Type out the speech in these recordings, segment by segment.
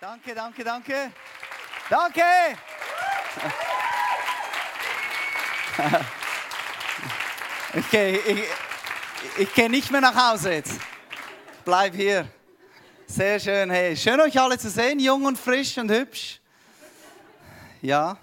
Danke, danke, danke. Danke! Ich gehe nicht mehr nach Hause jetzt. Bleib hier. Sehr schön. Hey, schön euch alle zu sehen, jung und frisch und hübsch. Ja.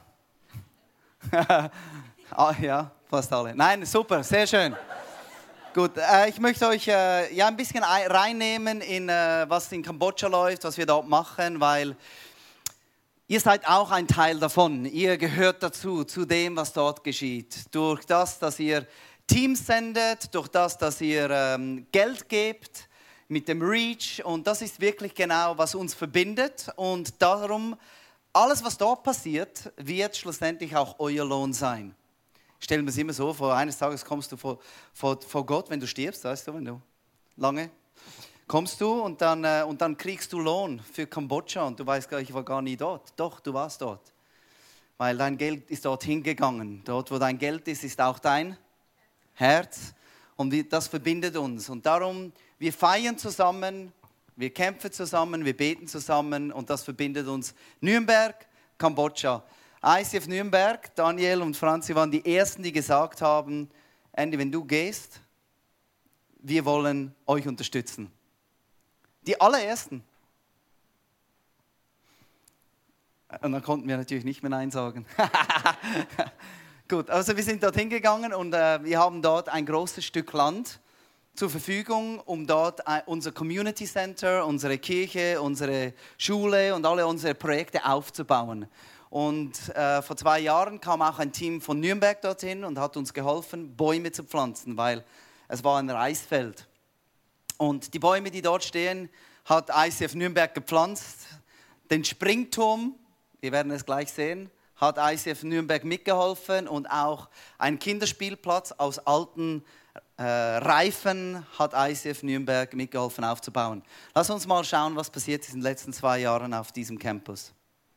Ja, fast alle. Nein, super, sehr schön. Gut, ich möchte euch ein bisschen reinnehmen in was in Kambodscha läuft, was wir dort machen, weil ihr seid auch ein Teil davon. Ihr gehört dazu, zu dem, was dort geschieht. Durch das, dass ihr Teams sendet, durch das, dass ihr Geld gebt mit dem Reach. Und das ist wirklich genau, was uns verbindet. Und darum, alles, was dort passiert, wird schlussendlich auch euer Lohn sein. Stellen wir es immer so vor, eines Tages kommst du vor Gott, wenn du stirbst, weißt du, wenn du lange kommst du und dann kriegst du Lohn für Kambodscha und du weißt gar nicht, ich war gar nie dort. Doch, du warst dort, weil dein Geld ist dorthin gegangen. Dort, wo dein Geld ist, ist auch dein Herz und das verbindet uns. Und darum, wir feiern zusammen, wir kämpfen zusammen, wir beten zusammen und das verbindet uns. Nürnberg, Kambodscha. ICF Nürnberg, Daniel und Franzi waren die Ersten, die gesagt haben, Andy, wenn du gehst, wir wollen euch unterstützen. Die allerersten. Und dann konnten wir natürlich nicht mehr Nein sagen. Gut, also wir sind dorthin gegangen und wir haben dort ein großes Stück Land zur Verfügung, um dort unser Community Center, unsere Kirche, unsere Schule und alle unsere Projekte aufzubauen. Und vor 2 Jahren kam auch ein Team von Nürnberg dorthin und hat uns geholfen, Bäume zu pflanzen, weil es war ein Reisfeld. Und die Bäume, die dort stehen, hat ICF Nürnberg gepflanzt. Den Springturm, wir werden es gleich sehen, hat ICF Nürnberg mitgeholfen und auch einen Kinderspielplatz aus alten Reifen hat ICF Nürnberg mitgeholfen aufzubauen. Lass uns mal schauen, was passiert ist in den letzten 2 Jahren auf diesem Campus.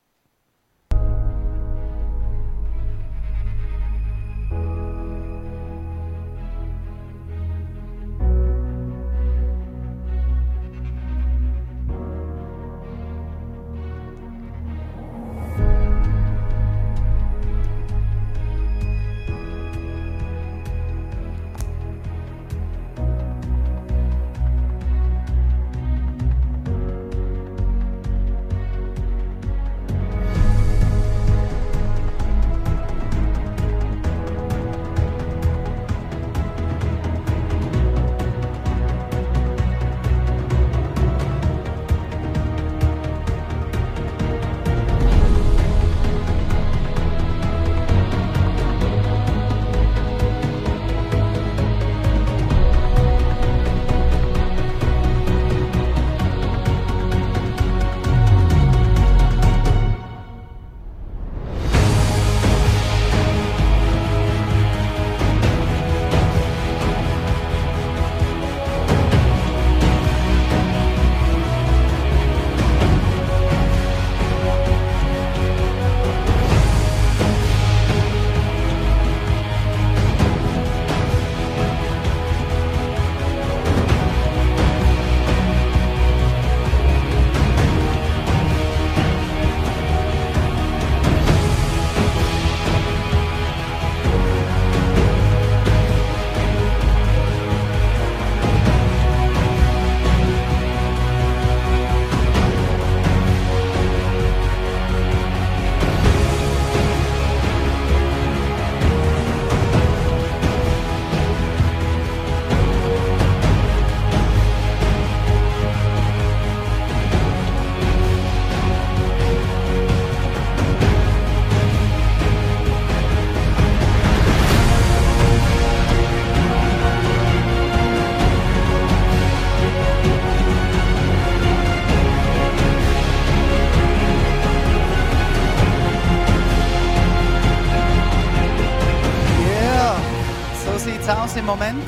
Aus im Moment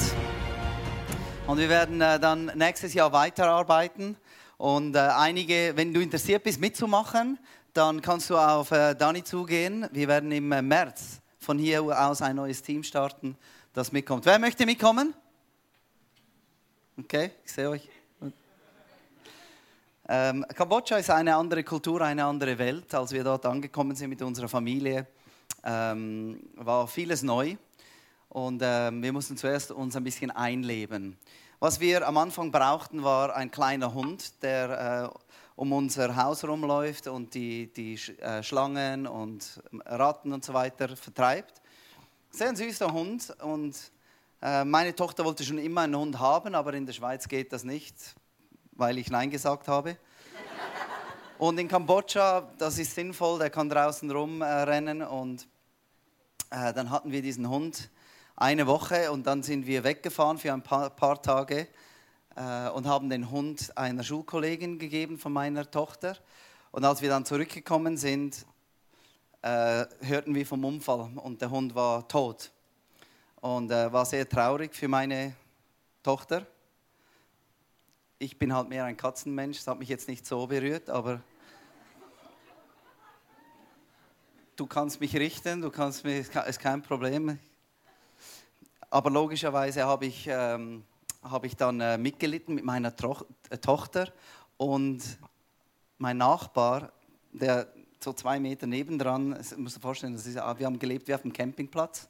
und wir werden dann nächstes Jahr weiterarbeiten und einige, wenn du interessiert bist mitzumachen, dann kannst du auf Dani zugehen. Wir werden im März von hier aus ein neues Team starten, das mitkommt. Wer möchte mitkommen? Okay, ich sehe euch. Kambodscha ist eine andere Kultur, eine andere Welt. Als wir dort angekommen sind mit unserer Familie, war vieles neu und wir mussten zuerst uns ein bisschen einleben. Was wir am Anfang brauchten, war ein kleiner Hund, der um unser Haus rumläuft und die Schlangen und Ratten und so weiter vertreibt. Sehr ein süßer Hund und meine Tochter wollte schon immer einen Hund haben, aber in der Schweiz geht das nicht, weil ich Nein gesagt habe. Und in Kambodscha, das ist sinnvoll, der kann draußen rumrennen und dann hatten wir diesen Hund eine Woche und dann sind wir weggefahren für ein paar Tage und haben den Hund einer Schulkollegin gegeben von meiner Tochter. Und als wir dann zurückgekommen sind, hörten wir vom Unfall und der Hund war tot. Und war sehr traurig für meine Tochter. Ich bin halt mehr ein Katzenmensch, das hat mich jetzt nicht so berührt, aber du kannst mich richten, ist kein Problem. Aber logischerweise habe ich dann mitgelitten mit meiner Tochter und mein Nachbar, der so 2 Meter nebendran, ich muss dir vorstellen, wir haben gelebt wie auf einem Campingplatz,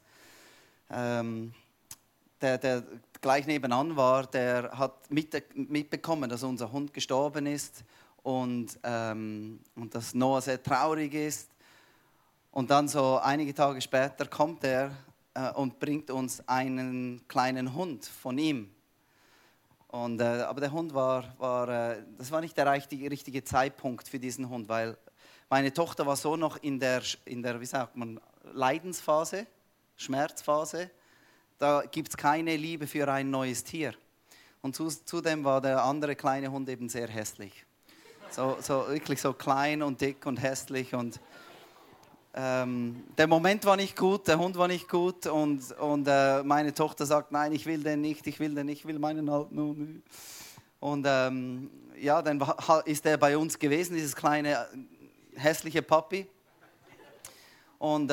der gleich nebenan war, der hat mitbekommen, dass unser Hund gestorben ist und dass Noah sehr traurig ist. Und dann so einige Tage später kommt er und bringt uns einen kleinen Hund von ihm. Und, aber der Hund das war nicht der richtige Zeitpunkt für diesen Hund, weil meine Tochter war so noch in der wie sagt man, Leidensphase, Schmerzphase. Da gibt es keine Liebe für ein neues Tier. Und zudem war der andere kleine Hund eben sehr hässlich. So wirklich so klein und dick und hässlich. Und der Moment war nicht gut, der Hund war nicht gut. Und meine Tochter sagt, nein, ich will den nicht, ich will meinen alten Hund. Und ja, dann ist er bei uns gewesen, dieses kleine hässliche Puppy. Und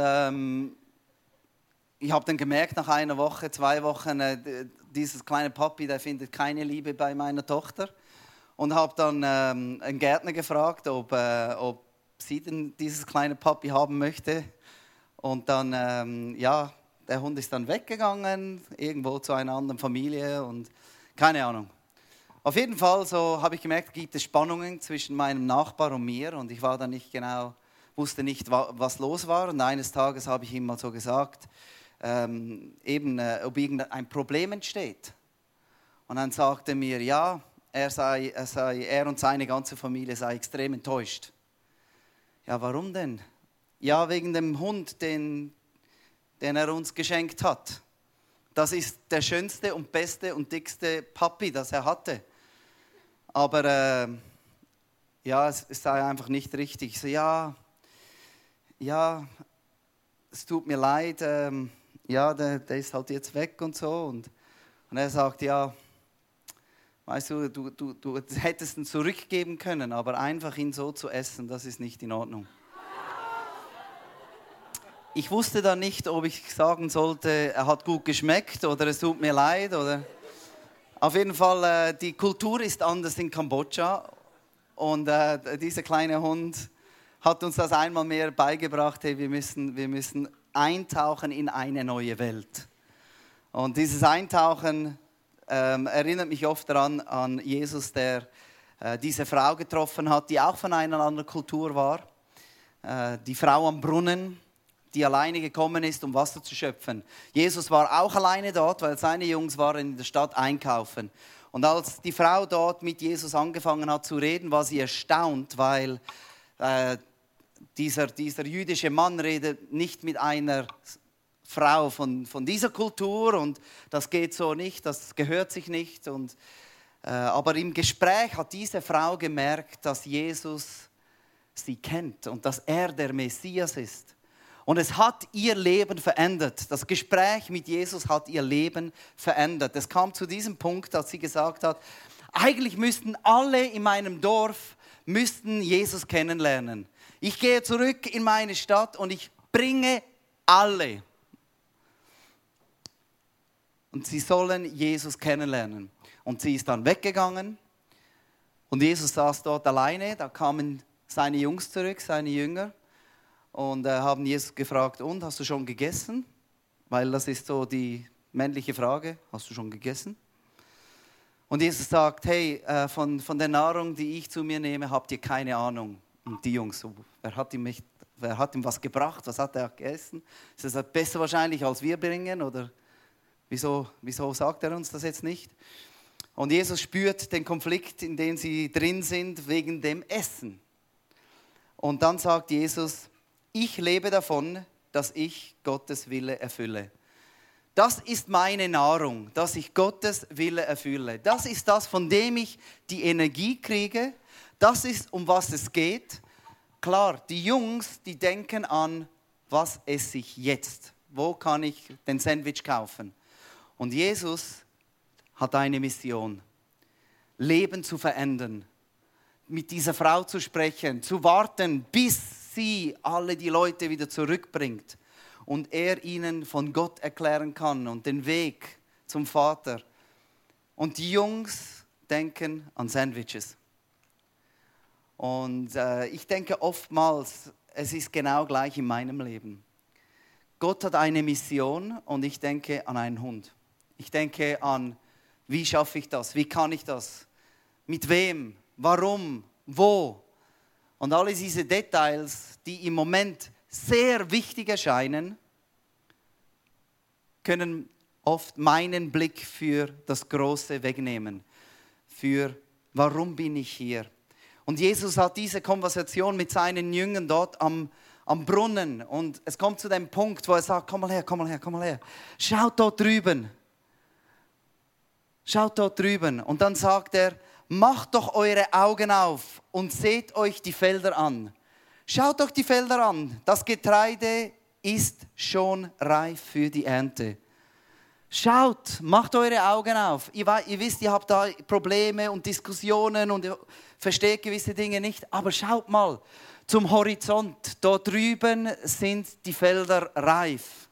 ich habe dann gemerkt, nach einer Woche, 2 Wochen, dieses kleine Puppy, der findet keine Liebe bei meiner Tochter. Und habe dann einen Gärtner gefragt, ob sie denn dieses kleine Puppy haben möchte. Und dann, ja, der Hund ist dann weggegangen, irgendwo zu einer anderen Familie und keine Ahnung. Auf jeden Fall, so habe ich gemerkt, gibt es Spannungen zwischen meinem Nachbar und mir und ich war dann wusste nicht, was los war. Und eines Tages habe ich ihm mal so gesagt, ob irgendein Problem entsteht. Und dann sagte er mir, ja, er und seine ganze Familie sei extrem enttäuscht. Ja, warum denn? Ja, wegen dem Hund, den er uns geschenkt hat. Das ist der schönste und beste und dickste Puppy, das er hatte. Aber ja, es sei einfach nicht richtig. Ich so, ja, es tut mir leid, ja, der ist halt jetzt weg und so. Und er sagt, ja, weißt du hättest ihn zurückgeben können, aber einfach ihn so zu essen, das ist nicht in Ordnung. Ich wusste dann nicht, ob ich sagen sollte, er hat gut geschmeckt oder es tut mir leid. Oder auf jeden Fall, die Kultur ist anders in Kambodscha und dieser kleine Hund hat uns das einmal mehr beigebracht, hey, wir müssen eintauchen in eine neue Welt. Und dieses Eintauchen erinnert mich oft daran an Jesus, der diese Frau getroffen hat, die auch von einer anderen Kultur war. Die Frau am Brunnen, die alleine gekommen ist, um Wasser zu schöpfen. Jesus war auch alleine dort, weil seine Jungs waren in der Stadt einkaufen. Und als die Frau dort mit Jesus angefangen hat zu reden, war sie erstaunt, weil dieser jüdische Mann redet nicht mit einer Frau von dieser Kultur und das geht so nicht, das gehört sich nicht. Aber im Gespräch hat diese Frau gemerkt, dass Jesus sie kennt und dass er der Messias ist. Und es hat ihr Leben verändert. Das Gespräch mit Jesus hat ihr Leben verändert. Es kam zu diesem Punkt, dass sie gesagt hat, eigentlich müssten alle in meinem Dorf Jesus kennenlernen. Ich gehe zurück in meine Stadt und ich bringe alle. Und sie sollen Jesus kennenlernen. Und sie ist dann weggegangen Und Jesus saß dort alleine, da kamen seine Jungs zurück, seine Jünger, und haben Jesus gefragt, und, hast du schon gegessen? Weil das ist so die männliche Frage, hast du schon gegessen? Und Jesus sagt, hey, von der Nahrung, die ich zu mir nehme, habt ihr keine Ahnung. Und die Jungs, so, wer hat ihm was gebracht, was hat er gegessen? Ist das besser wahrscheinlich, als wir bringen? Oder wieso sagt er uns das jetzt nicht? Und Jesus spürt den Konflikt, in dem sie drin sind, wegen dem Essen. Und dann sagt Jesus, ich lebe davon, dass ich Gottes Wille erfülle. Das ist meine Nahrung, dass ich Gottes Wille erfülle. Das ist das, von dem ich die Energie kriege. Das ist, um was es geht. Klar, die Jungs, die denken an, was esse ich jetzt? Wo kann ich den Sandwich kaufen? Und Jesus hat eine Mission, Leben zu verändern, mit dieser Frau zu sprechen, zu warten, bis sie alle die Leute wieder zurückbringt und er ihnen von Gott erklären kann und den Weg zum Vater. Und die Jungs denken an Sandwiches. Und ich denke oftmals, es ist genau gleich in meinem Leben. Gott hat eine Mission und ich denke an einen Hund. Ich denke an, wie schaffe ich das? Wie kann ich das? Mit wem? Warum? Wo? Und alle diese Details, die im Moment sehr wichtig erscheinen, können oft meinen Blick für das Große wegnehmen. Für, warum bin ich hier? Und Jesus hat diese Konversation mit seinen Jüngern dort am Brunnen. Und es kommt zu dem Punkt, wo er sagt, komm mal her, komm mal her, komm mal her. Schaut dort drüben. Schaut dort drüben. Und dann sagt er, macht doch eure Augen auf und seht euch die Felder an. Schaut doch die Felder an. Das Getreide ist schon reif für die Ernte. Schaut, macht eure Augen auf. Ihr wisst, ihr habt da Probleme und Diskussionen und ihr versteht gewisse Dinge nicht. Aber schaut mal zum Horizont. Dort drüben sind die Felder reif.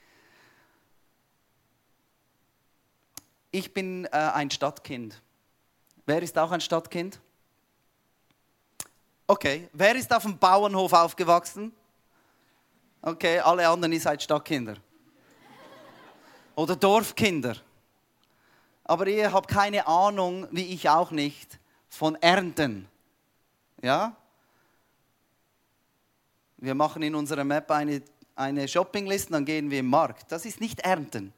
Ich bin ein Stadtkind. Wer ist auch ein Stadtkind? Okay. Wer ist auf dem Bauernhof aufgewachsen? Okay, alle anderen, ihr seid Stadtkinder. Oder Dorfkinder. Aber ihr habt keine Ahnung, wie ich auch nicht, von Ernten. Ja? Wir machen in unserer Map eine Shoppingliste, dann gehen wir im Markt. Das ist nicht Ernten.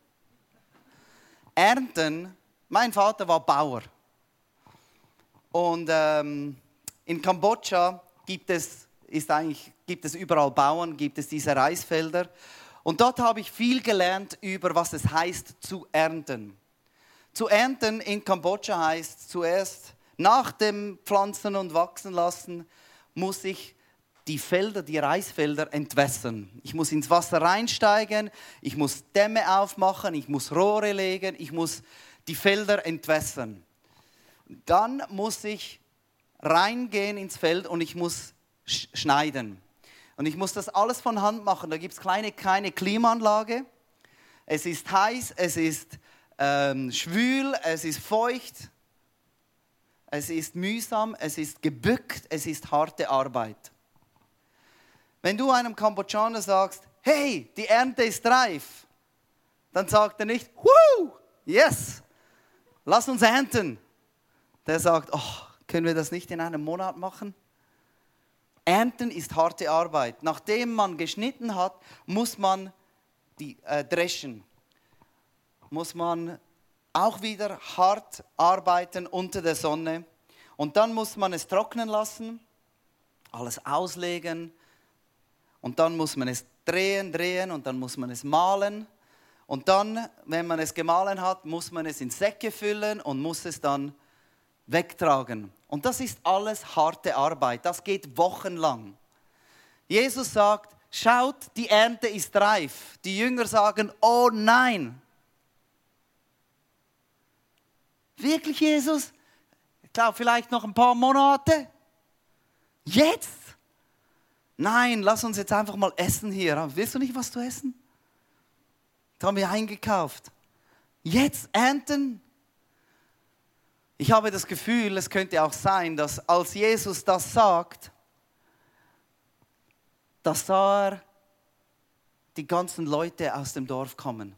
Ernten, mein Vater war Bauer. Und in Kambodscha gibt es überall Bauern, gibt es diese Reisfelder. Und dort habe ich viel gelernt über, was es heißt, zu ernten. Zu ernten in Kambodscha heißt zuerst, nach dem Pflanzen und Wachsen lassen, muss ich die Felder, die Reisfelder entwässern. Ich muss ins Wasser reinsteigen, ich muss Dämme aufmachen, ich muss Rohre legen, ich muss die Felder entwässern. Dann muss ich reingehen ins Feld und ich muss schneiden. Und ich muss das alles von Hand machen. Da gibt es keine Klimaanlage. Es ist heiß, es ist schwül, es ist feucht, es ist mühsam, es ist gebückt, es ist harte Arbeit. Wenn du einem Kambodschaner sagst, hey, die Ernte ist reif, dann sagt er nicht, woo, yes, lass uns ernten. Der sagt, oh, können wir das nicht in einem Monat machen? Ernten ist harte Arbeit. Nachdem man geschnitten hat, muss man die dreschen. Muss man auch wieder hart arbeiten unter der Sonne. Und dann muss man es trocknen lassen, alles auslegen. Und dann muss man es drehen und dann muss man es mahlen. Und dann, wenn man es gemahlen hat, muss man es in Säcke füllen und muss es dann wegtragen. Und das ist alles harte Arbeit. Das geht wochenlang. Jesus sagt, schaut, die Ernte ist reif. Die Jünger sagen, oh nein. Wirklich, Jesus? Ich glaube, vielleicht noch ein paar Monate. Jetzt? Nein, lass uns jetzt einfach mal essen hier. Willst du nicht was zu essen? Das haben wir eingekauft. Jetzt ernten? Ich habe das Gefühl, es könnte auch sein, dass als Jesus das sagt, dass da die ganzen Leute aus dem Dorf kommen,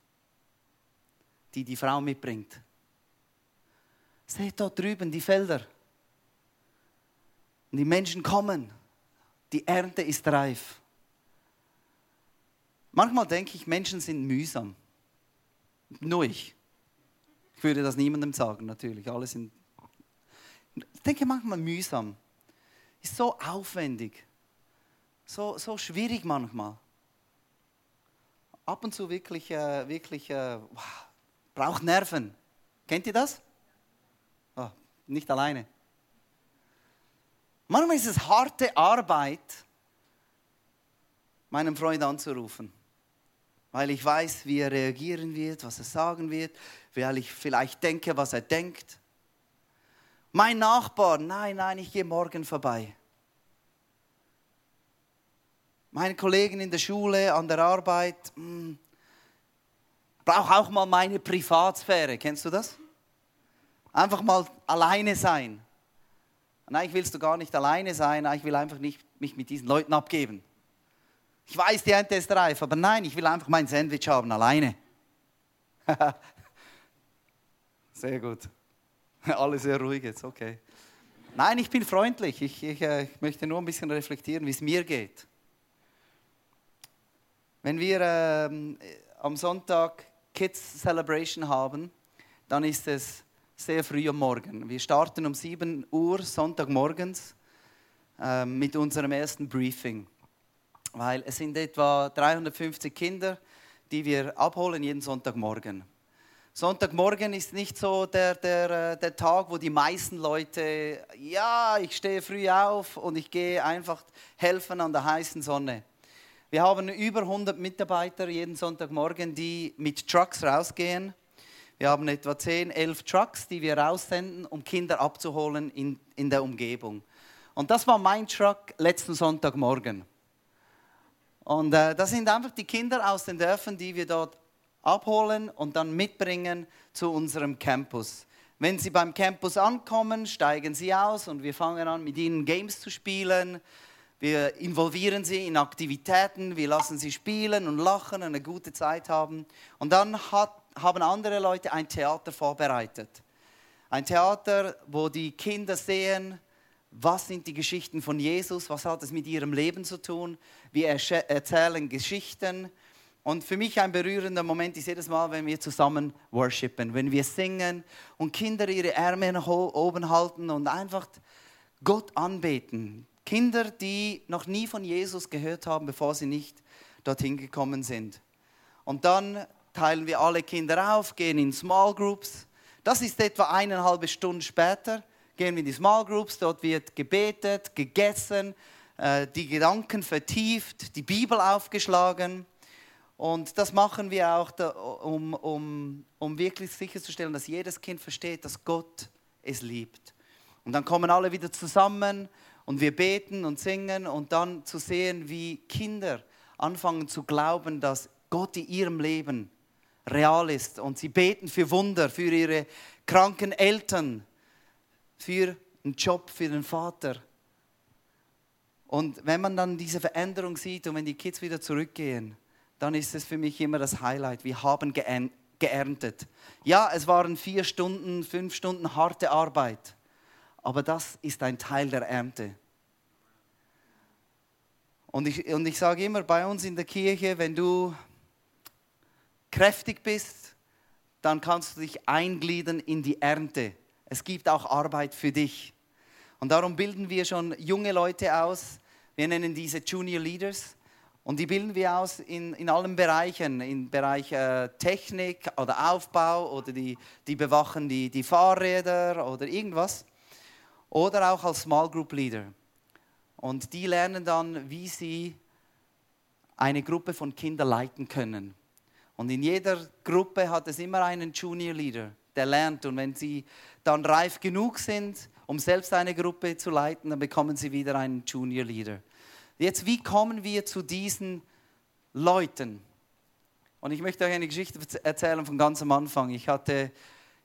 die Frau mitbringt. Seht dort drüben die Felder. Und die Menschen kommen. Die Ernte ist reif. Manchmal denke ich, Menschen sind mühsam. Nur ich. Ich würde das niemandem sagen, natürlich. Alle sind. Ich denke manchmal mühsam. Ist so aufwendig. So schwierig manchmal. Ab und zu wirklich braucht Nerven. Kennt ihr das? Oh, nicht alleine. Manchmal ist es harte Arbeit, meinen Freund anzurufen. Weil ich weiß, wie er reagieren wird, was er sagen wird, weil ich vielleicht denke, was er denkt. Mein Nachbar, nein, ich gehe morgen vorbei. Meine Kollegen in der Schule, an der Arbeit, brauche auch mal meine Privatsphäre. Kennst du das? Einfach mal alleine sein. Und eigentlich willst du gar nicht alleine sein, ich will einfach nicht mich mit diesen Leuten abgeben. Ich weiß, die Ernte ist reif, aber nein, ich will einfach mein Sandwich haben, alleine. Sehr gut. Alle sehr ruhig jetzt, okay. Nein, ich bin freundlich. Ich möchte nur ein bisschen reflektieren, wie es mir geht. Wenn wir am Sonntag Kids Celebration haben, dann ist es sehr früh am Morgen. Wir starten um 7 Uhr Sonntagmorgens mit unserem ersten Briefing. Weil es sind etwa 350 Kinder, die wir abholen jeden Sonntagmorgen. Sonntagmorgen ist nicht so der Tag, wo die meisten Leute, ja, ich stehe früh auf und ich gehe einfach helfen an der heißen Sonne. Wir haben über 100 Mitarbeiter jeden Sonntagmorgen, die mit Trucks rausgehen. Wir haben etwa 10, 11 Trucks, die wir raussenden, um Kinder abzuholen in der Umgebung. Und das war mein Truck letzten Sonntagmorgen. Und das sind einfach die Kinder aus den Dörfern, die wir dort abholen und dann mitbringen zu unserem Campus. Wenn sie beim Campus ankommen, steigen sie aus und wir fangen an, mit ihnen Games zu spielen. Wir involvieren sie in Aktivitäten, wir lassen sie spielen und lachen und eine gute Zeit haben. Und dann haben andere Leute ein Theater vorbereitet. Ein Theater, wo die Kinder sehen, was sind die Geschichten von Jesus, was hat es mit ihrem Leben zu tun. Wir erzählen Geschichten. Und für mich ein berührender Moment ist jedes Mal, wenn wir zusammen worshipen, wenn wir singen und Kinder ihre Ärmel nach oben halten und einfach Gott anbeten. Kinder, die noch nie von Jesus gehört haben, bevor sie nicht dorthin gekommen sind. Und dann teilen wir alle Kinder auf, gehen in Small Groups. Das ist etwa 1,5 Stunden später. Gehen wir in die Small Groups, dort wird gebetet, gegessen, die Gedanken vertieft, die Bibel aufgeschlagen. Und das machen wir auch, um wirklich sicherzustellen, dass jedes Kind versteht, dass Gott es liebt. Und dann kommen alle wieder zusammen und wir beten und singen und dann zu sehen, wie Kinder anfangen zu glauben, dass Gott in ihrem Leben real ist. Und sie beten für Wunder, für ihre kranken Eltern, für einen Job, für den Vater. Und wenn man dann diese Veränderung sieht und wenn die Kids wieder zurückgehen, dann ist es für mich immer das Highlight. Wir haben geerntet. Ja, es waren 4 Stunden, 5 Stunden harte Arbeit. Aber das ist ein Teil der Ernte. Und ich sage immer bei uns in der Kirche, wenn du kräftig bist, dann kannst du dich eingliedern in die Ernte. Es gibt auch Arbeit für dich. Und darum bilden wir schon junge Leute aus. Wir nennen diese Junior Leaders. Und die bilden wir aus in allen Bereichen. Im Bereich Technik oder Aufbau oder die bewachen die Fahrräder oder irgendwas. Oder auch als Small Group Leader. Und die lernen dann, wie sie eine Gruppe von Kindern leiten können. Und in jeder Gruppe hat es immer einen Junior Leader, der lernt. Und wenn sie dann reif genug sind, um selbst eine Gruppe zu leiten, dann bekommen sie wieder einen Junior Leader. Jetzt, wie kommen wir zu diesen Leuten? Und ich möchte euch eine Geschichte erzählen von ganz am Anfang. Ich hatte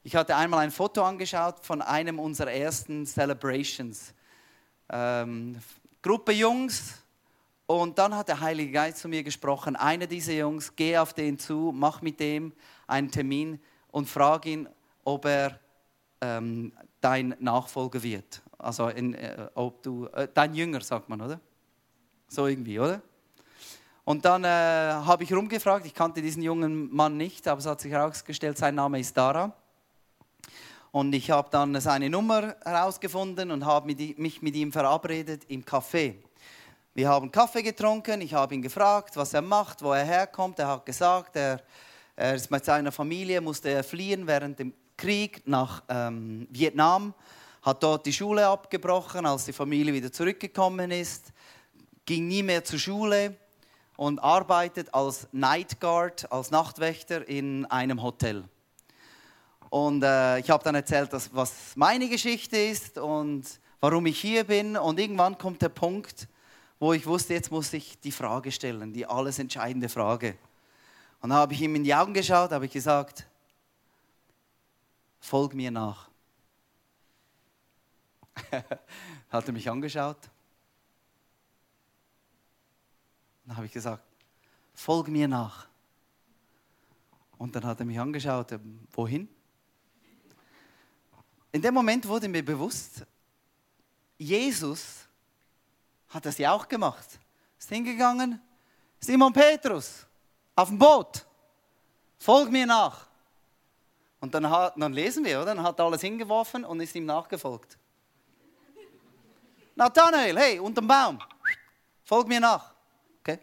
Ich hatte einmal ein Foto angeschaut von einem unserer ersten Celebrations. Gruppe Jungs, und dann hat der Heilige Geist zu mir gesprochen, einer dieser Jungs, geh auf den zu, mach mit dem einen Termin und frag ihn, ob er dein Nachfolger wird. Also ob du, dein Jünger, sagt man, oder? So irgendwie, oder? Und dann habe ich rumgefragt, ich kannte diesen jungen Mann nicht, aber es hat sich herausgestellt, sein Name ist Dara. Und ich habe dann seine Nummer herausgefunden und habe mich mit ihm verabredet im Café. Wir haben Kaffee getrunken, ich habe ihn gefragt, was er macht, wo er herkommt. Er hat gesagt, er ist mit seiner Familie, musste fliehen während dem Krieg nach Vietnam, hat dort die Schule abgebrochen, als die Familie wieder zurückgekommen ist, ging nie mehr zur Schule und arbeitet als Night Guard, als Nachtwächter in einem Hotel. Und ich habe dann erzählt, was meine Geschichte ist und warum ich hier bin. Und irgendwann kommt der Punkt, wo ich wusste, jetzt muss ich die Frage stellen, die alles entscheidende Frage. Und dann habe ich ihm in die Augen geschaut, habe ich gesagt, folg mir nach. Hat er mich angeschaut. Dann habe ich gesagt, folg mir nach. Und dann hat er mich angeschaut, wohin? In dem Moment wurde mir bewusst, Jesus hat das ja auch gemacht. Ist hingegangen, Simon Petrus, auf dem Boot, folg mir nach. Und dann lesen wir, oder? Dann hat er alles hingeworfen und ist ihm nachgefolgt. Nathanael, hey, unterm Baum, folg mir nach. Okay?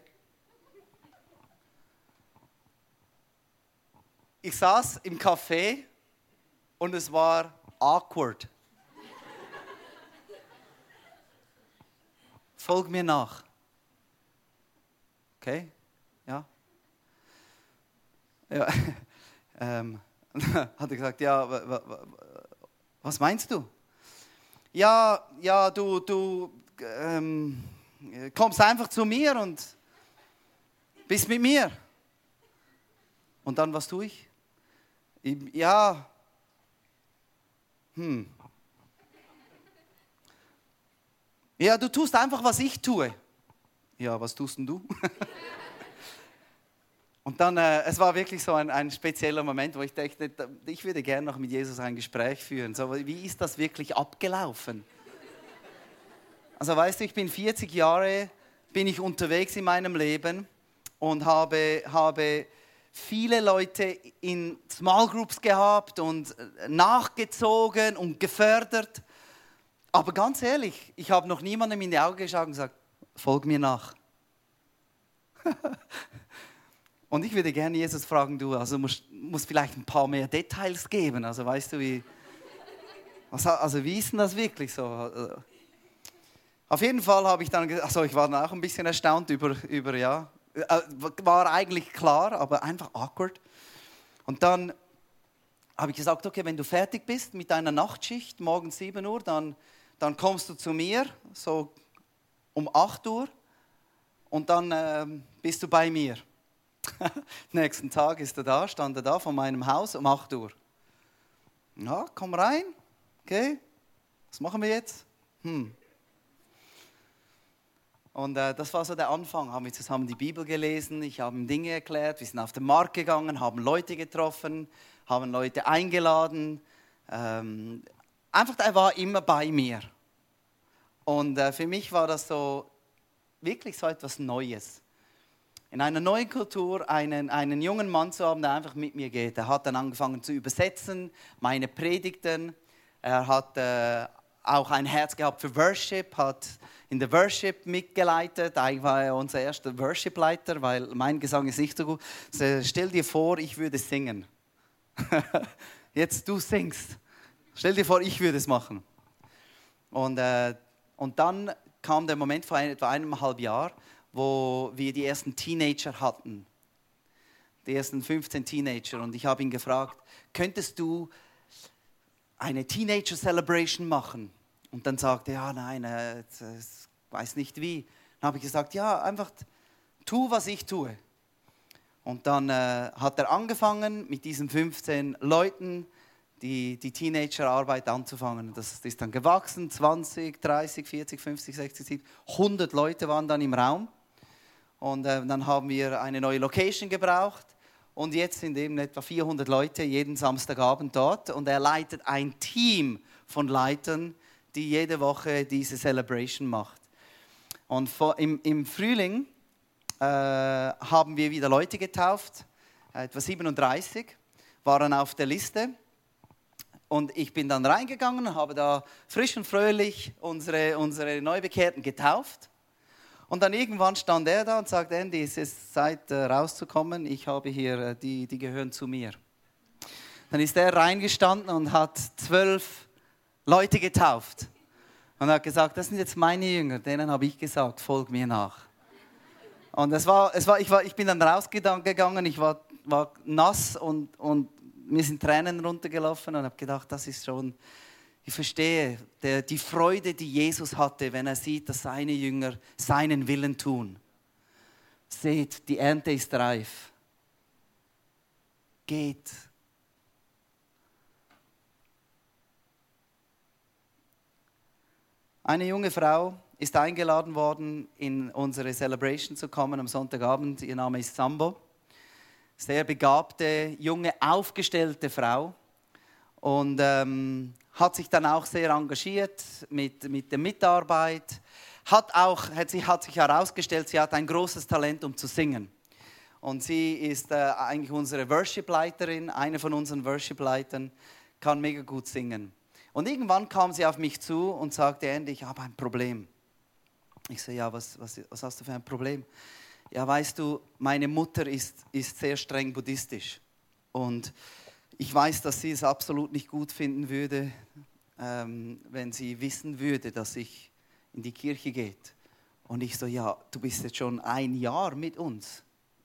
Ich saß im Café und es war awkward. Folg mir nach. Okay? Ja. Ja. Hat er gesagt, ja, was meinst du? Ja, du kommst einfach zu mir und bist mit mir. Und dann, was tue ich? Ja, Ja, du tust einfach, was ich tue. Ja, was tust denn du? Und dann, es war wirklich so ein spezieller Moment, wo ich dachte, ich würde gerne noch mit Jesus ein Gespräch führen. So, wie ist das wirklich abgelaufen? Also weißt du, ich bin 40 Jahre, bin ich unterwegs in meinem Leben und habe viele Leute in Small Groups gehabt und nachgezogen und gefördert. Aber ganz ehrlich, ich habe noch niemandem in die Augen geschaut und gesagt, folg mir nach. Und ich würde gerne Jesus fragen, du musst vielleicht ein paar mehr Details geben. Also weißt du, wie ist denn das wirklich so? Auf jeden Fall habe ich dann, ich war dann auch ein bisschen erstaunt über ja, war eigentlich klar, aber einfach awkward. Und dann habe ich gesagt, okay, wenn du fertig bist mit deiner Nachtschicht, morgen 7 Uhr, dann kommst du zu mir, so um 8 Uhr und dann bist du bei mir. Nächsten Tag stand er da vor meinem Haus um 8 Uhr. Ja, komm rein, okay, was machen wir jetzt? Und das war so der Anfang, haben wir zusammen die Bibel gelesen, ich habe ihm Dinge erklärt, wir sind auf den Markt gegangen, haben Leute getroffen, haben Leute eingeladen. Einfach, er war immer bei mir. Und für mich war das so wirklich so etwas Neues. In einer neuen Kultur einen jungen Mann zu haben, der einfach mit mir geht. Er hat dann angefangen zu übersetzen, meine Predigten. Er hat auch ein Herz gehabt für Worship, hat in der Worship mitgeleitet. Eigentlich war er unser erster Worship-Leiter, weil mein Gesang ist nicht so gut. Also, stell dir vor, ich würde singen. Jetzt du singst. Stell dir vor, ich würde es machen. Und dann kam der Moment vor etwa 1,5 Jahren, wo wir die ersten Teenager hatten. Die ersten 15 Teenager. Und ich habe ihn gefragt, könntest du eine Teenager-Celebration machen? Und dann sagte er, ja, nein, ich weiß nicht wie. Dann habe ich gesagt, ja, einfach tu, was ich tue. Und dann hat er angefangen, mit diesen 15 Leuten die Teenagerarbeit anzufangen. Das ist dann gewachsen, 20, 30, 40, 50, 60, 70, 100 Leute waren dann im Raum. Und dann haben wir eine neue Location gebraucht. Und jetzt sind eben etwa 400 Leute jeden Samstagabend dort. Und er leitet ein Team von Leitern, die jede Woche diese Celebration macht. Und im Frühling haben wir wieder Leute getauft, etwa 37, waren auf der Liste. Und ich bin dann reingegangen und habe da frisch und fröhlich unsere Neubekehrten getauft. Und dann irgendwann stand er da und sagte, Andy, es ist Zeit rauszukommen, ich habe hier, die gehören zu mir. Dann ist er reingestanden und hat 12 Leute getauft. Und hat gesagt, das sind jetzt meine Jünger, denen habe ich gesagt, folg mir nach. Und ich bin dann rausgegangen, ich war nass und mir sind Tränen runtergelaufen und habe gedacht, das ist schon, ich verstehe, die Freude, die Jesus hatte, wenn er sieht, dass seine Jünger seinen Willen tun. Seht, die Ernte ist reif. Geht. Eine junge Frau ist eingeladen worden, in unsere Celebration zu kommen am Sonntagabend. Ihr Name ist Sambo. Sehr begabte, junge, aufgestellte Frau. Und hat sich dann auch sehr engagiert mit der Mitarbeit. Hat sich herausgestellt, sie hat ein großes Talent, um zu singen. Und sie ist eigentlich unsere Worship-Leiterin, eine von unseren Worship-Leitern, kann mega gut singen. Und irgendwann kam sie auf mich zu und sagte, Andy, ich habe ein Problem. Ich so, ja, was hast du für ein Problem? Ja, weißt du, meine Mutter ist sehr streng buddhistisch. Und ich weiß, dass sie es absolut nicht gut finden würde, wenn sie wissen würde, dass ich in die Kirche gehe. Und ich so, ja, du bist jetzt schon ein Jahr mit uns.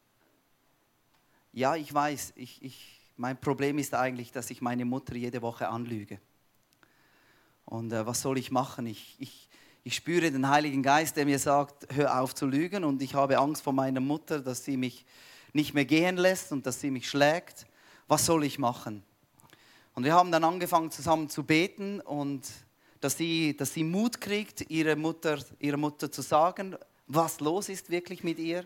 Ja, ich weiß, mein Problem ist eigentlich, dass ich meine Mutter jede Woche anlüge. Und was soll ich machen? Ich spüre den Heiligen Geist, der mir sagt, hör auf zu lügen. Und ich habe Angst vor meiner Mutter, dass sie mich nicht mehr gehen lässt und dass sie mich schlägt. Was soll ich machen? Und wir haben dann angefangen zusammen zu beten und dass sie Mut kriegt, ihrer Mutter zu sagen, was los ist wirklich mit ihr.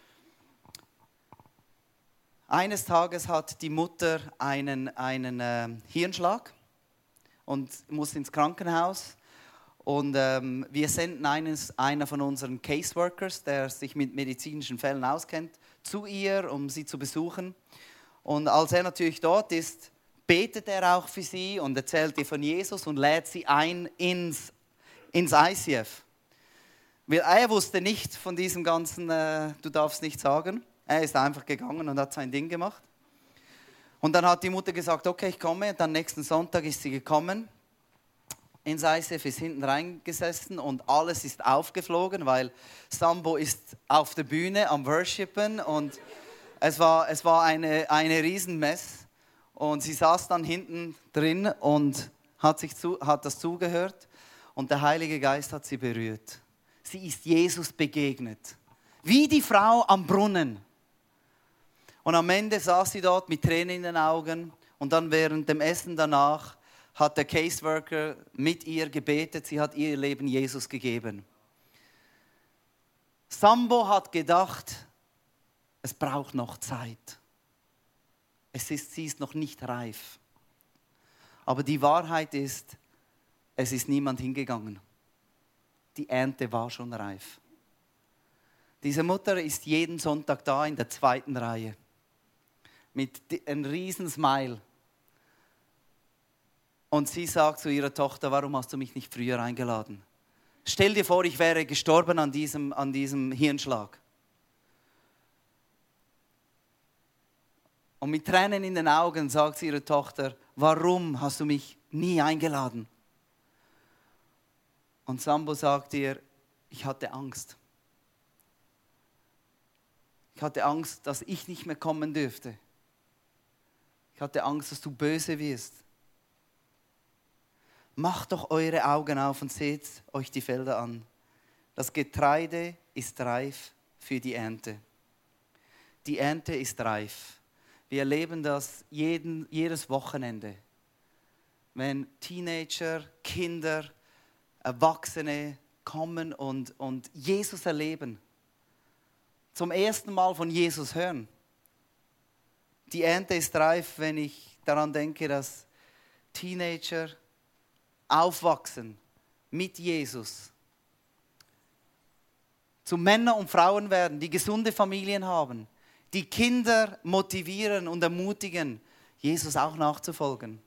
Eines Tages hat die Mutter einen Hirnschlag und muss ins Krankenhaus. Und wir senden einer von unseren Caseworkers, der sich mit medizinischen Fällen auskennt, zu ihr, um sie zu besuchen. Und als er natürlich dort ist, betet er auch für sie und erzählt ihr von Jesus und lädt sie ein ins ICF. Weil er wusste nicht von diesem ganzen, du darfst nicht sagen. Er ist einfach gegangen und hat sein Ding gemacht. Und dann hat die Mutter gesagt, okay, ich komme. Und dann nächsten Sonntag ist sie gekommen ins ICF, ist hinten reingesessen und alles ist aufgeflogen, weil Sambo ist auf der Bühne am Worshipen und es war eine Riesenmess. Und sie saß dann hinten drin und hat das zugehört und der Heilige Geist hat sie berührt. Sie ist Jesus begegnet, wie die Frau am Brunnen. Und am Ende saß sie dort mit Tränen in den Augen und dann während dem Essen danach hat der Caseworker mit ihr gebetet, sie hat ihr Leben Jesus gegeben. Sambo hat gedacht, es braucht noch Zeit. Sie ist noch nicht reif. Aber die Wahrheit ist, es ist niemand hingegangen. Die Ernte war schon reif. Diese Mutter ist jeden Sonntag da in der 2. Reihe. Mit einem riesen Smile. Und sie sagt zu ihrer Tochter, warum hast du mich nicht früher eingeladen? Stell dir vor, ich wäre gestorben an diesem Hirnschlag. Und mit Tränen in den Augen sagt sie ihrer Tochter, warum hast du mich nie eingeladen? Und Sambo sagt ihr, ich hatte Angst. Ich hatte Angst, dass ich nicht mehr kommen dürfte. Ich hatte Angst, dass du böse wirst. Macht doch eure Augen auf und seht euch die Felder an. Das Getreide ist reif für die Ernte. Die Ernte ist reif. Wir erleben das jedes Wochenende. wenn Teenager, Kinder, Erwachsene kommen und Jesus erleben. Zum ersten Mal von Jesus hören. Die Ernte ist reif, wenn ich daran denke, dass Teenager aufwachsen mit Jesus. Zu Männern und Frauen werden, die gesunde Familien haben, die Kinder motivieren und ermutigen, Jesus auch nachzufolgen.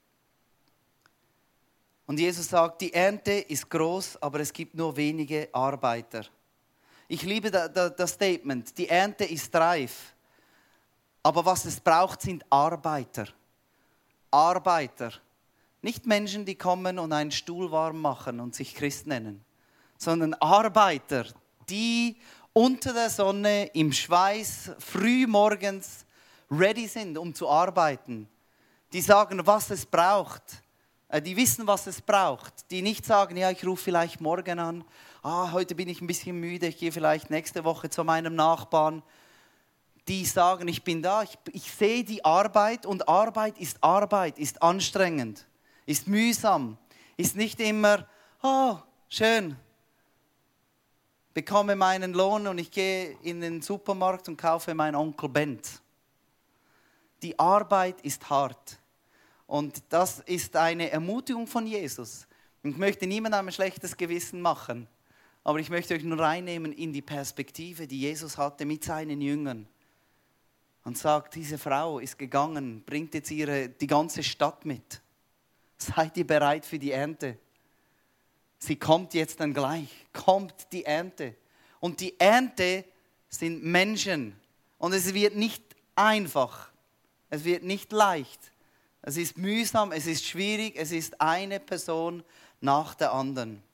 Und Jesus sagt, die Ernte ist groß, aber es gibt nur wenige Arbeiter. Ich liebe das Statement, die Ernte ist reif, aber was es braucht, sind Arbeiter. Arbeiter. Nicht Menschen, die kommen und einen Stuhl warm machen und sich Christ nennen, sondern Arbeiter, die unter der Sonne im Schweiß früh morgens ready sind, um zu arbeiten. Die sagen, was es braucht. Die wissen, was es braucht. Die nicht sagen, ja, ich rufe vielleicht morgen an. Heute bin ich ein bisschen müde, ich gehe vielleicht nächste Woche zu meinem Nachbarn. Die sagen, ich bin da, ich sehe die Arbeit und Arbeit, ist anstrengend, ist mühsam, ist nicht immer, schön, bekomme meinen Lohn und ich gehe in den Supermarkt und kaufe meinen Onkel Benz. Die Arbeit ist hart und das ist eine Ermutigung von Jesus. Ich möchte niemandem ein schlechtes Gewissen machen, aber ich möchte euch nur reinnehmen in die Perspektive, die Jesus hatte mit seinen Jüngern. Und sagt, diese Frau ist gegangen, bringt jetzt die ganze Stadt mit. Seid ihr bereit für die Ernte? Sie kommt jetzt dann gleich, kommt die Ernte. Und die Ernte sind Menschen. Und es wird nicht einfach, es wird nicht leicht. Es ist mühsam, es ist schwierig, es ist eine Person nach der anderen.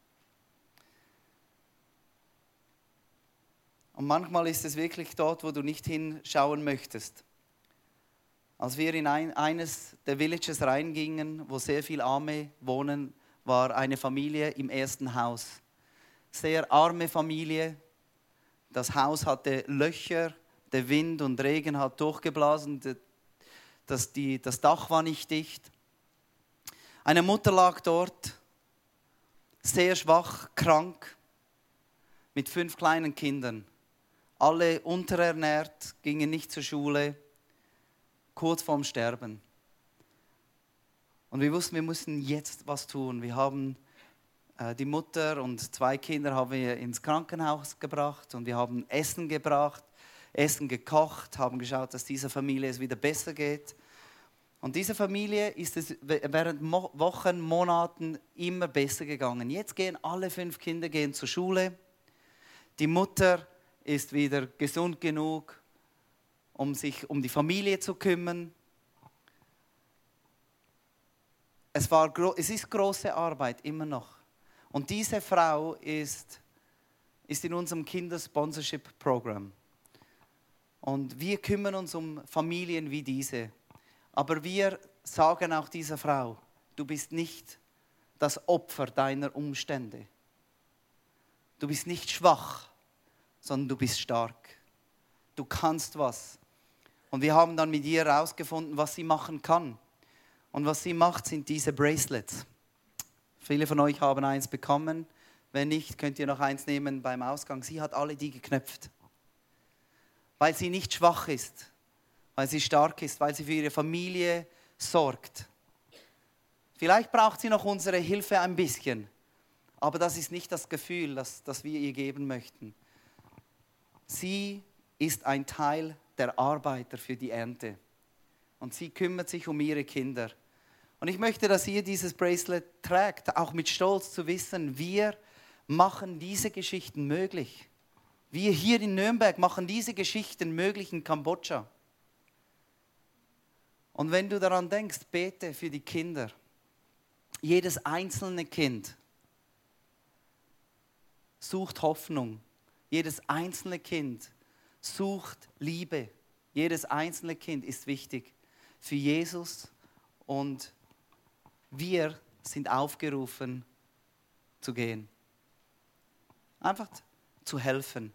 Und manchmal ist es wirklich dort, wo du nicht hinschauen möchtest. Als wir in eines der Villages reingingen, wo sehr viele Arme wohnen, war eine Familie im ersten Haus. Sehr arme Familie. Das Haus hatte Löcher, der Wind und Regen hat durchgeblasen, das Dach war nicht dicht. Eine Mutter lag dort, sehr schwach, krank, mit 5 kleinen Kindern. Alle unterernährt, gingen nicht zur Schule, kurz vorm Sterben. Und wir wussten, wir mussten jetzt was tun. Wir haben die Mutter und 2 Kinder haben wir ins Krankenhaus gebracht und wir haben Essen gebracht, Essen gekocht, haben geschaut, dass dieser Familie es wieder besser geht. Und dieser Familie ist es während Wochen, Monaten immer besser gegangen. Jetzt gehen alle 5 Kinder zur Schule. Die Mutter ist wieder gesund genug, um sich um die Familie zu kümmern. Es ist große Arbeit, immer noch. Und diese Frau ist in unserem Kindersponsorship-Programm. Und wir kümmern uns um Familien wie diese. Aber wir sagen auch dieser Frau, du bist nicht das Opfer deiner Umstände. Du bist nicht schwach, sondern du bist stark. Du kannst was. Und wir haben dann mit ihr herausgefunden, was sie machen kann. Und was sie macht, sind diese Bracelets. Viele von euch haben eins bekommen. Wenn nicht, könnt ihr noch eins nehmen beim Ausgang. Sie hat alle die geknöpft. Weil sie nicht schwach ist, weil sie stark ist, weil sie für ihre Familie sorgt. Vielleicht braucht sie noch unsere Hilfe ein bisschen, aber das ist nicht das Gefühl, das wir ihr geben möchten. Sie ist ein Teil der Arbeiter für die Ernte und sie kümmert sich um ihre Kinder. Und ich möchte, dass ihr dieses Bracelet trägt, auch mit Stolz zu wissen, wir machen diese Geschichten möglich. Wir hier in Nürnberg machen diese Geschichten möglich in Kambodscha. Und wenn du daran denkst, bete für die Kinder. Jedes einzelne Kind sucht Hoffnung. Jedes einzelne Kind sucht Liebe. Jedes einzelne Kind ist wichtig für Jesus und wir sind aufgerufen zu gehen. Einfach zu helfen.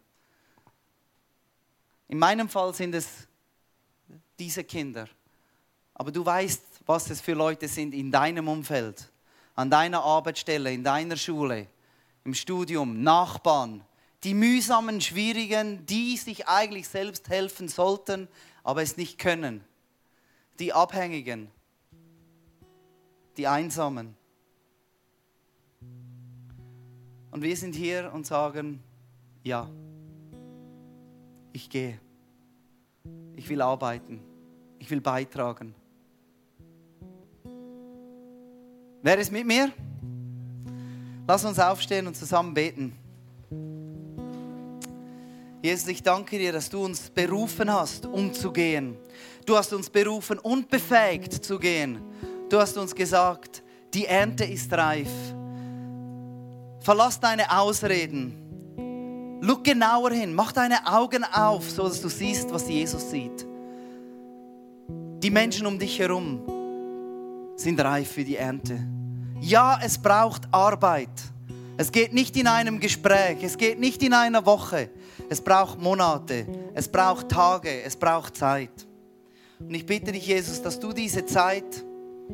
In meinem Fall sind es diese Kinder. Aber du weißt, was es für Leute sind in deinem Umfeld, an deiner Arbeitsstelle, in deiner Schule, im Studium, Nachbarn, die mühsamen, schwierigen, die sich eigentlich selbst helfen sollten, aber es nicht können, die Abhängigen, die Einsamen. Und wir sind hier und sagen, ja, ich gehe. Ich will arbeiten. Ich will beitragen. Wer ist mit mir? Lass uns aufstehen und zusammen beten. Jesus, ich danke dir, dass du uns berufen hast, um zu gehen. Du hast uns berufen und befähigt zu gehen. Du hast uns gesagt, die Ernte ist reif. Verlass deine Ausreden. Schau genauer hin, mach deine Augen auf, so dass du siehst, was Jesus sieht. Die Menschen um dich herum sind reif für die Ernte. Ja, es braucht Arbeit. Es geht nicht in einem Gespräch, es geht nicht in einer Woche. Es braucht Monate, es braucht Tage, es braucht Zeit. Und ich bitte dich, Jesus, dass du diese Zeit,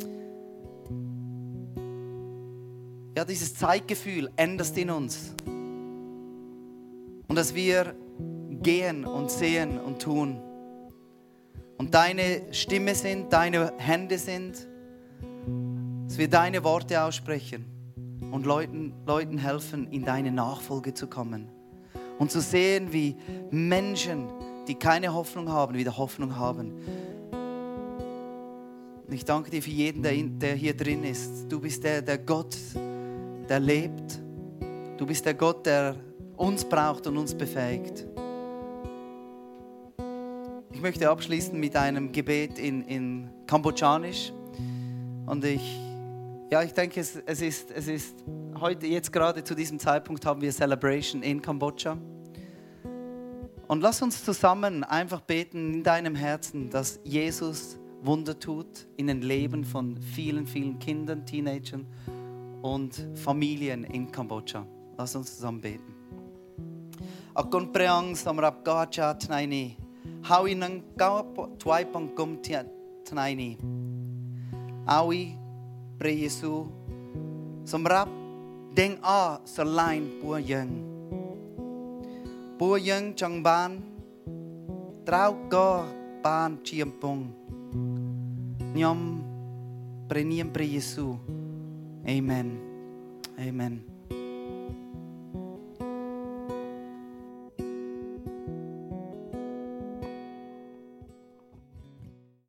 ja, dieses Zeitgefühl änderst in uns. Und dass wir gehen und sehen und tun. Und deine Stimme sind, deine Hände sind, dass wir deine Worte aussprechen und Leuten helfen, in deine Nachfolge zu kommen. Und zu sehen, wie Menschen, die keine Hoffnung haben, wieder Hoffnung haben. Und ich danke dir für jeden, der hier drin ist. Du bist der Gott, der lebt. Du bist der Gott, der uns braucht und uns befähigt. Ich möchte abschließen mit einem Gebet in Kambodschanisch. Und ich denke, es ist heute, jetzt gerade zu diesem Zeitpunkt haben wir Celebration in Kambodscha. Und lass uns zusammen einfach beten in deinem Herzen, dass Jesus Wunder tut in den Leben von vielen, vielen Kindern, Teenagern und Familien in Kambodscha. Lass uns zusammen beten. Akon preang samrap gacha tnaini. Hawi nang ka twai pangkum tnaini. Awi pre Jesu samrap deng a salain pua yang. Pua yang chang ban trao ko ban chiampong. Nyom pre niem pre Jesu. Amen. Amen.